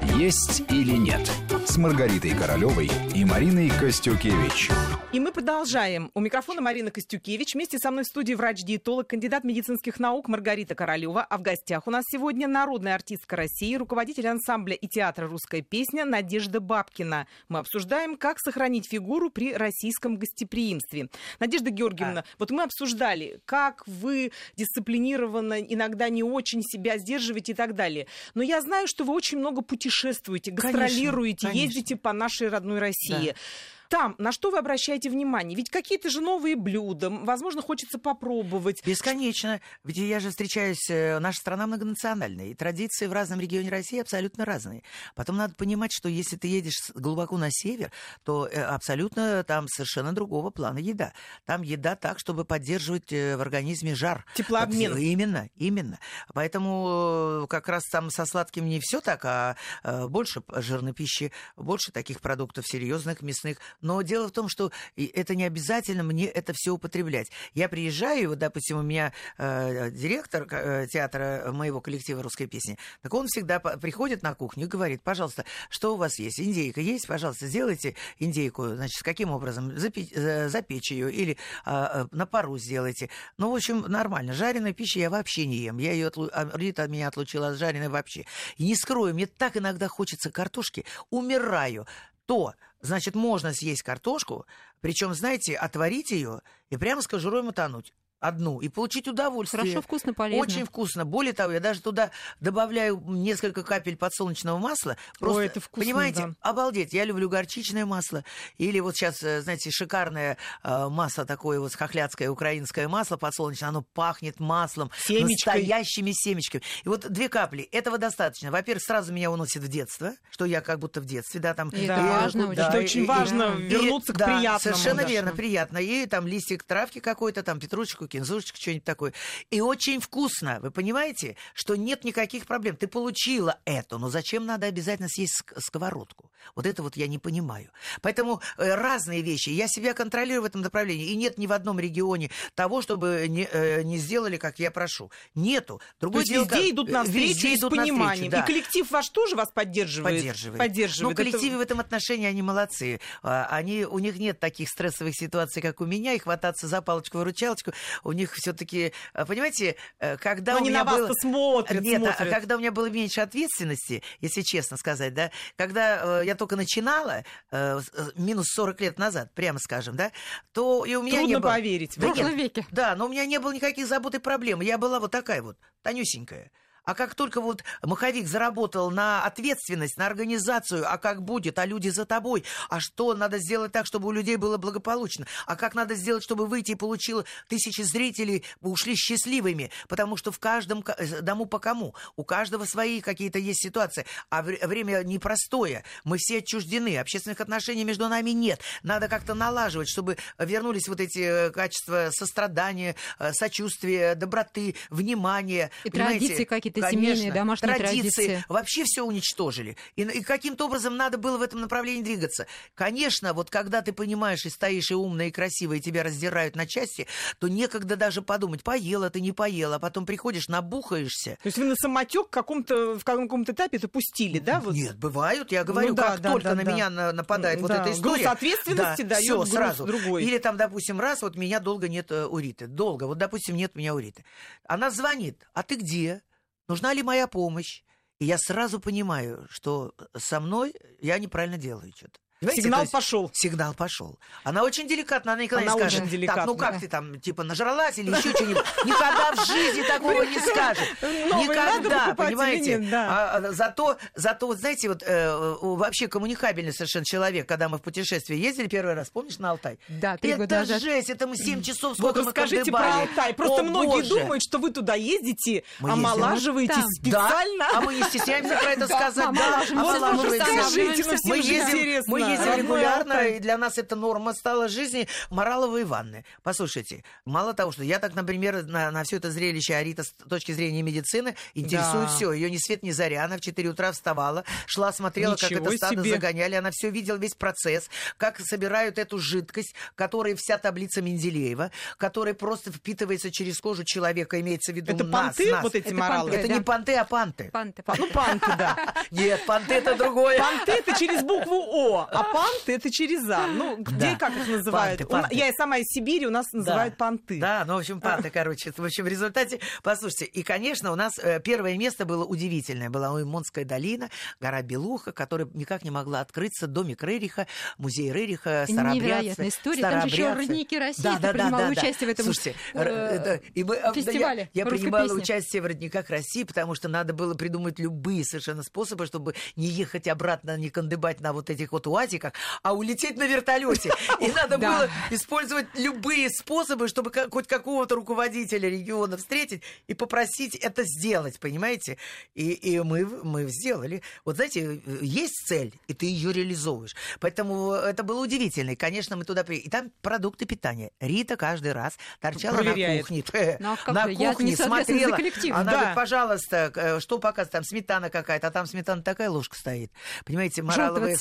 «Есть или нет» с Маргаритой Королевой и Мариной Костюкевич. И мы продолжаем. У микрофона Марина Костюкевич. Вместе со мной в студии врач-диетолог, кандидат медицинских наук Маргарита Королева. А в гостях у нас сегодня народная артистка России, руководитель ансамбля и театра «Русская песня» Надежда Бабкина. Мы обсуждаем, как сохранить фигуру при российском гостеприимстве. Надежда Георгиевна, вот мы обсуждали, как вы дисциплинированно, иногда не очень себя сдерживаете и так далее. Но я знаю, что вы очень много путешествуете, гастролируете, ездите по нашей родной России. Да. Там, на что вы обращаете внимание? Ведь какие-то же новые блюда, возможно, хочется попробовать. Бесконечно. Ведь я же встречаюсь, наша страна многонациональная, и традиции в разном регионе России абсолютно разные. Потом надо понимать, что если ты едешь глубоко на север, то абсолютно там совершенно другого плана еда. Там еда так, чтобы поддерживать в организме жар. Теплообмен. Именно. Поэтому как раз там со сладким не все так, а больше жирной пищи, больше таких продуктов серьезных, мясных. Но дело в том, что это не обязательно мне это все употреблять. Я приезжаю, вот, допустим, у меня директор театра моего коллектива «Русской песни», так он всегда приходит на кухню и говорит: пожалуйста, что у вас есть? Индейка есть? Пожалуйста, сделайте индейку. Значит, каким образом? Запечь ее или на пару сделайте. Ну, в общем, нормально. Жареной пищи я вообще не ем. Я ее Рита меня отлучила от жареной вообще. И не скрою, мне так иногда хочется картошки. Умираю. Значит, можно съесть картошку, причем, знаете, отварить ее и прямо с кожурой мотануть. Одну, и получить удовольствие. Хорошо, вкусно, полезно. Очень вкусно. Более того, я даже туда добавляю несколько капель подсолнечного масла. Просто, это вкусно, понимаете, да. Обалдеть. Я люблю горчичное масло. Или вот сейчас, знаете, шикарное масло такое вот хохлядское украинское масло подсолнечное. Оно пахнет маслом. Семечкой. Настоящими семечками. И вот 2 капли. Этого достаточно. Во-первых, сразу меня уносит в детство, что я как будто в детстве. Да, там, и это важно. Да, это очень важно вернуться к приятному. Совершенно верно, приятно. И там листик травки какой-то, там петрушечку, кинзурочку, что-нибудь такое. И очень вкусно. Вы понимаете, что нет никаких проблем. Ты получила это, но зачем надо обязательно съесть сковородку? Вот это вот я не понимаю. Поэтому разные вещи. Я себя контролирую в этом направлении. И нет ни в одном регионе того, чтобы не сделали, как я прошу. Нету. Другое дело, везде идут навстречу и с пониманием. Да. И коллектив ваш тоже вас поддерживает? Поддерживает. Ну, коллективы в этом отношении, они молодцы. У них нет таких стрессовых ситуаций, как у меня, и хвататься за палочку-выручалочку. У них все-таки, понимаете, когда у меня было... смотрят. Когда у меня было меньше ответственности, если честно сказать, да, когда я только начинала, минус 40 лет назад, прямо скажем, да, то и у меня не было... Трудно поверить. В прошлом веке. Да, но у меня не было никаких забот и проблем. Я была вот такая вот, тонюсенькая. А как только вот маховик заработал на ответственность, на организацию, а как будет, а люди за тобой, а что надо сделать так, чтобы у людей было благополучно, а как надо сделать, чтобы выйти и получило 1000 зрителей, ушли счастливыми, потому что в каждом дому по кому, у каждого свои какие-то есть ситуации, а время непростое, мы все отчуждены, общественных отношений между нами нет, надо как-то налаживать, чтобы вернулись вот эти качества сострадания, сочувствия, доброты, внимания. И традиции какие-то. Конечно, семейные, домашние традиции. Вообще все уничтожили. И каким-то образом надо было в этом направлении двигаться. Конечно, вот когда ты понимаешь и стоишь и умная, и красивая, и тебя раздирают на части, то некогда даже подумать, поела ты, не поела, а потом приходишь, набухаешься. То есть вы на самотек в каком-то этапе это пустили, да? Вот? Нет, бывают, я говорю, только на меня нападает вот эта история. Груз ответственности дает всё, груз сразу. Другой. Или там, допустим, раз, вот меня долго нет у Риты. Долго, вот, допустим, нет у меня у Риты. Она звонит, а ты где? Нужна ли моя помощь? И я сразу понимаю, что со мной я неправильно делаю что-то. Понимаете, сигнал пошел. Сигнал пошел. Она очень деликатна, она никогда не скажет. Очень деликатна. Так, ну как ты там, типа, нажралась или еще что-нибудь? Никогда в жизни такого не скажет. Никогда, понимаете? Зато, вот знаете, вот вообще коммуникабельный совершенно человек, когда мы в путешествие ездили первый раз, помнишь, на Алтай? Да, 3 года назад. Это жесть, это мы 7 часов сколько мы кандыбали. Расскажите про Алтай. Просто многие думают, что вы туда ездите, омолаживаетесь специально. А мы не стесняемся про это сказать. Расскажите, ну все же интересно. ездим регулярно, и для нас это норма стала жизни. Мораловые ванны. Послушайте, мало того, что я так, например, на все это зрелище Арита с точки зрения медицины интересует все. Ее ни свет ни заря. Она в 4 утра вставала, шла, смотрела, как это стадо загоняли. Она все видела, весь процесс, как собирают эту жидкость, которая вся таблица Менделеева, которая просто впитывается через кожу человека, имеется в виду это нас. понты, вот эти моралы? Это не понты, а панты. Ну, панты, да. Нет, понты это другое. Понты это через букву О, а панты это через А. Ну, где, как их называют? Панты. Я сама из Сибири, у нас называют понты. Да, ну, в общем, панты, короче. В общем, в результате, послушайте, и, конечно, у нас первое место было удивительное. Была Уймонская долина, гора Белуха, которая никак не могла открыться, домик Рериха, музей Рериха, старообрядцы. Невероятная история. Там же еще родники России. Да, Ты принимала участие в этом фестивале. Я принимала участие в родниках России, потому что надо было придумать любые совершенно способы, чтобы не ехать обратно, не кандыбать на вот этих вот уазиках, а улететь на вертолете. И надо было использовать любые способы, чтобы хоть какого-то руководителя региона встретить и попросить это сделать, понимаете? И мы сделали. Вот знаете, есть цель, и ты ее реализовываешь. Поэтому это было удивительно. И, конечно, мы туда приехали. И там продукты питания. Рита каждый раз торчала на кухне. На кухне смотрела. Она говорит, пожалуйста, что показывает? Там сметана какая-то, а там сметана такая ложка стоит. Понимаете, мораловый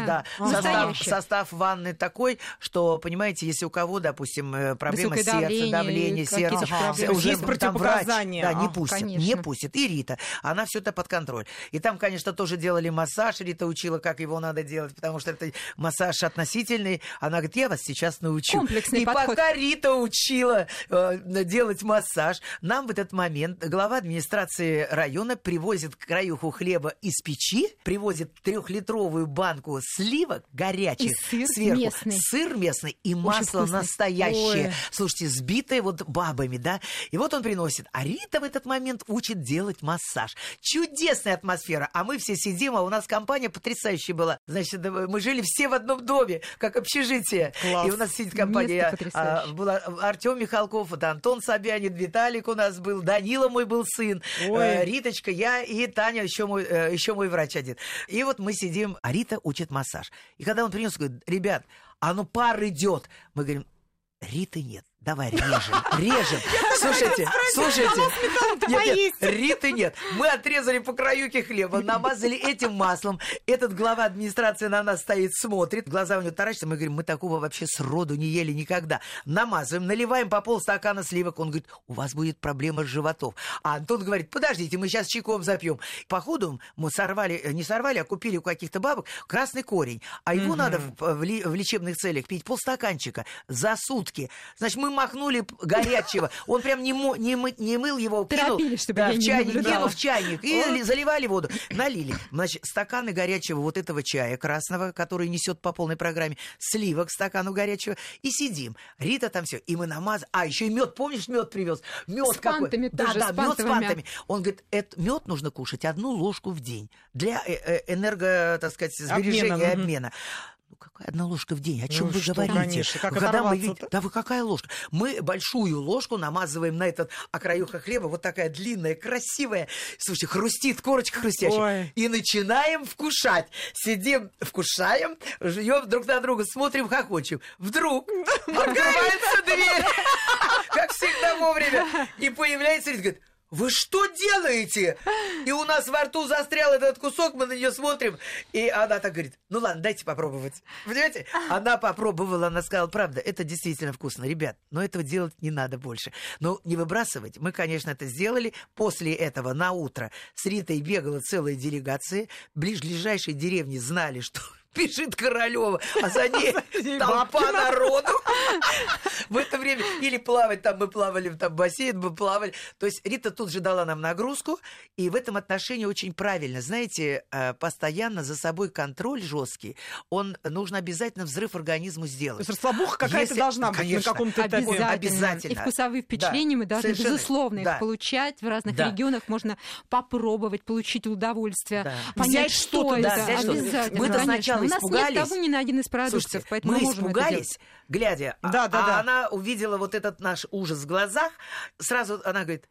состав ванны такой, что, понимаете, если у кого, допустим, проблема сердца, давление сердца, уже там врач не пустит. И Рита, она все это под контроль. И там, конечно, тоже делали массаж. Рита учила, как его надо делать, потому что это массаж относительный. Она говорит, я вас сейчас научу. Комплексный и подход. Пока Рита учила делать массаж, нам в этот момент глава администрации района привозит краюху хлеба из печи, привозит 3-литровую банку сливок горячих сверху. Местный. Сыр местный и масло настоящее. Ой. Слушайте, сбитое вот бабами, да. И вот он приносит. А Рита в этот момент учит делать массаж. Чудесная атмосфера. А мы все сидим, а у нас компания потрясающая была. Значит, мы жили все в одном доме, как общежитие. Класс. И у нас сидит компания. Была Артем Михалков, это Антон Собянин, Виталик у нас был, Данила мой был сын, Риточка, я и Таня, еще мой врач один. И вот мы сидим, а Рита учит массаж. И когда он принес, говорит, ребят, пар идет. Мы говорим, Риты нет. Давай режем. Слушайте. Нет, Риты нет. Мы отрезали по краюке хлеба, намазали этим маслом. Этот глава администрации на нас стоит, смотрит. Глаза у него таращатся. Мы говорим, мы такого вообще сроду не ели никогда. Намазываем, наливаем по полстакана сливок. Он говорит, у вас будет проблема с животом. А Антон говорит, подождите, мы сейчас чайком запьем. Походу мы не сорвали, а купили у каких-то бабок красный корень. А его надо в лечебных целях пить полстаканчика за сутки. Значит, мы махнули горячего. Он прям не мыл его, кинул в чайник и заливали воду. Налили. Значит, стаканы горячего вот этого чая красного, который несет по полной программе, сливок стакану горячего, и сидим. Рита там все. И мы намазали. А, еще и мед. Помнишь, мед привез? Мед с пантами тоже. Да, мед с пантами. Он говорит, мед нужно кушать 1 ложку в день для сбережения и обмена. Ну, какая 1 ложка в день? О чем вы говорите? Конечно, как оторваться-то? Да вы какая ложка? Мы большую ложку намазываем на этот окраюха хлеба, вот такая длинная, красивая. Слушайте, хрустит, корочка хрустящая. Ой. И начинаем вкушать. Сидим, вкушаем, жуем друг на друга, смотрим, хохочем. Вдруг открывается дверь, как всегда вовремя, и появляется Рита, говорит, вы что делаете? И у нас во рту застрял этот кусок, мы на нее смотрим, и она так говорит, ну ладно, дайте попробовать. Понимаете? Она попробовала, она сказала, правда, это действительно вкусно, ребят, но этого делать не надо больше. Ну, не выбрасывать. Мы, конечно, это сделали. После этого на утро с Ритой бегала целая делегация. Ближайшие деревни знали, что бежит Королева, а за ней толпа народу. В это время или плавать, там мы плавали, там бассейн, мы плавали. То есть Рита тут же дала нам нагрузку, и в этом отношении очень правильно. Знаете, постоянно за собой контроль жесткий, нужно обязательно взрыв организму сделать. То есть расслабуха какая-то должна быть на каком-то этапе. Обязательно. И вкусовые впечатления мы должны, безусловно, их получать. В разных регионах можно попробовать, получить удовольствие, понять, что это. Обязательно. Мы-то сначала испугались. У нас нет табу ни на один из продуктов. Слушайте, поэтому мы можем испугались, глядя, она увидела вот этот наш ужас в глазах, сразу она говорит,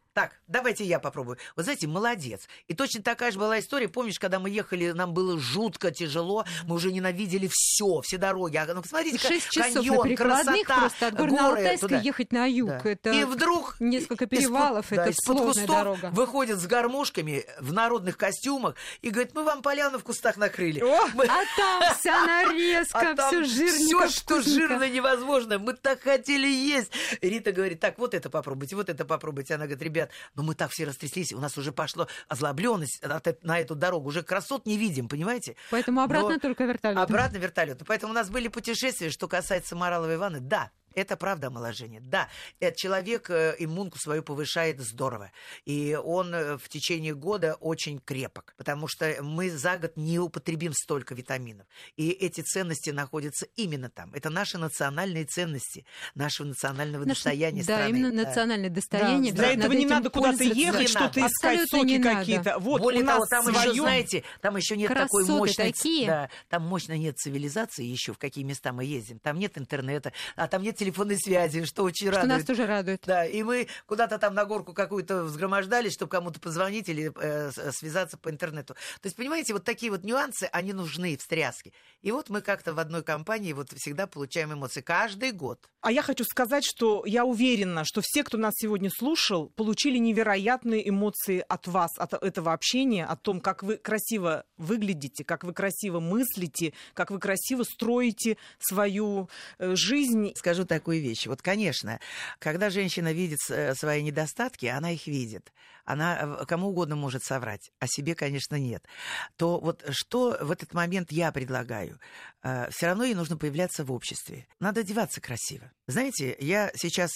Так, давайте я попробую. Вы знаете, молодец. И точно такая же была история. Помнишь, когда мы ехали, нам было жутко тяжело, мы уже ненавидели все дороги. Ну, посмотрите, 6 часов каньон, на перекладных красота, просто от Горно-Алтайска ехать на юг. Да. Это и вдруг несколько перевалов, это сложная дорога. Выходят с гармошками в народных костюмах и говорят, мы вам поляну в кустах накрыли. А там вся нарезка, все жирненько, все, что жирно невозможно. Мы так хотели есть. Рита говорит, так, вот это попробуйте, вот это попробуйте. Она говорит, ребят, но мы так все растряслись, у нас уже пошло озлобленность на эту дорогу, уже красот не видим, понимаете? Поэтому обратно только вертолет. Обратно вертолет. Поэтому у нас были путешествия, что касается Мараловой ванны, да. Это правда омоложение. Да, этот человек иммунку свою повышает здорово. И он в течение года очень крепок, потому что мы за год не употребим столько витаминов. И эти ценности находятся именно там. Это наши национальные ценности, нашего национального достояния страны. Да, именно национальное достояние. Для этого не надо куда-то ехать, что-то искать, соки какие-то. Вот более того, там еще, знаете, там еще нет такой мощной... Да, там мощно нет цивилизации еще, в какие места мы ездим. Там нет интернета, а там нет телефонной связи, что очень радует. Что нас тоже радует. Да, и мы куда-то там на горку какую-то взгромождались, чтобы кому-то позвонить или связаться по интернету. То есть, понимаете, вот такие вот нюансы, они нужны, встряски. И вот мы как-то в одной компании вот всегда получаем эмоции. Каждый год. А я хочу сказать, что я уверена, что все, кто нас сегодня слушал, получили невероятные эмоции от вас, от этого общения, о том, как вы красиво выглядите, как вы красиво мыслите, как вы красиво строите свою жизнь. Скажу такую вещь. Вот, конечно, когда женщина видит свои недостатки, она их видит. Она кому угодно может соврать, а себе, конечно, нет. То вот что в этот момент я предлагаю? Все равно ей нужно появляться в обществе. Надо одеваться красиво. Знаете, я сейчас...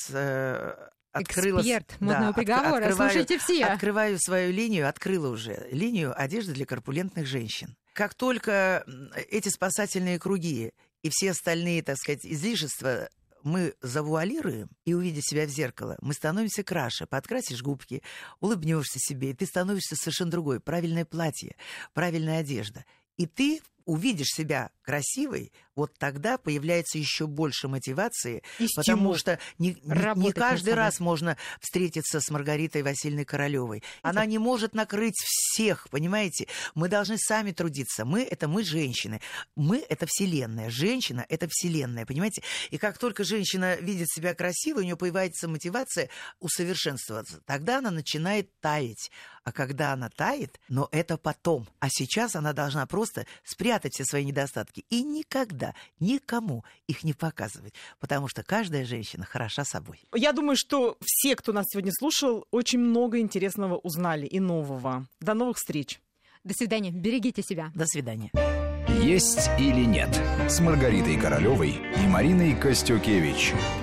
Эксперт модного приговора, слушайте все. Открываю свою линию, открыла уже линию одежды для корпулентных женщин. Как только эти спасательные круги и все остальные, так сказать, излишества мы завуалируем и, увидя себя в зеркало, мы становимся краше. Подкрасишь губки, улыбнешься себе, и ты становишься совершенно другой. Правильное платье, правильная одежда. И ты увидишь себя красивой, вот тогда появляется еще больше мотивации, потому что не каждый раз можно встретиться с Маргаритой Васильевной Королевой. Она не может накрыть всех, понимаете? Мы должны сами трудиться. Мы — это мы, женщины. Мы — это вселенная. Женщина — это вселенная, понимаете? И как только женщина видит себя красивой, у нее появляется мотивация усовершенствоваться. Тогда она начинает таять. А когда она тает, но это потом. А сейчас она должна просто спрятать все свои недостатки и никогда никому их не показывать, потому что каждая женщина хороша собой. Я думаю, что все, кто нас сегодня слушал, очень много интересного узнали и нового. До новых встреч. До свидания. Берегите себя. До свидания. «Есть или нет» с Маргаритой Королевой и Мариной Костюкевич.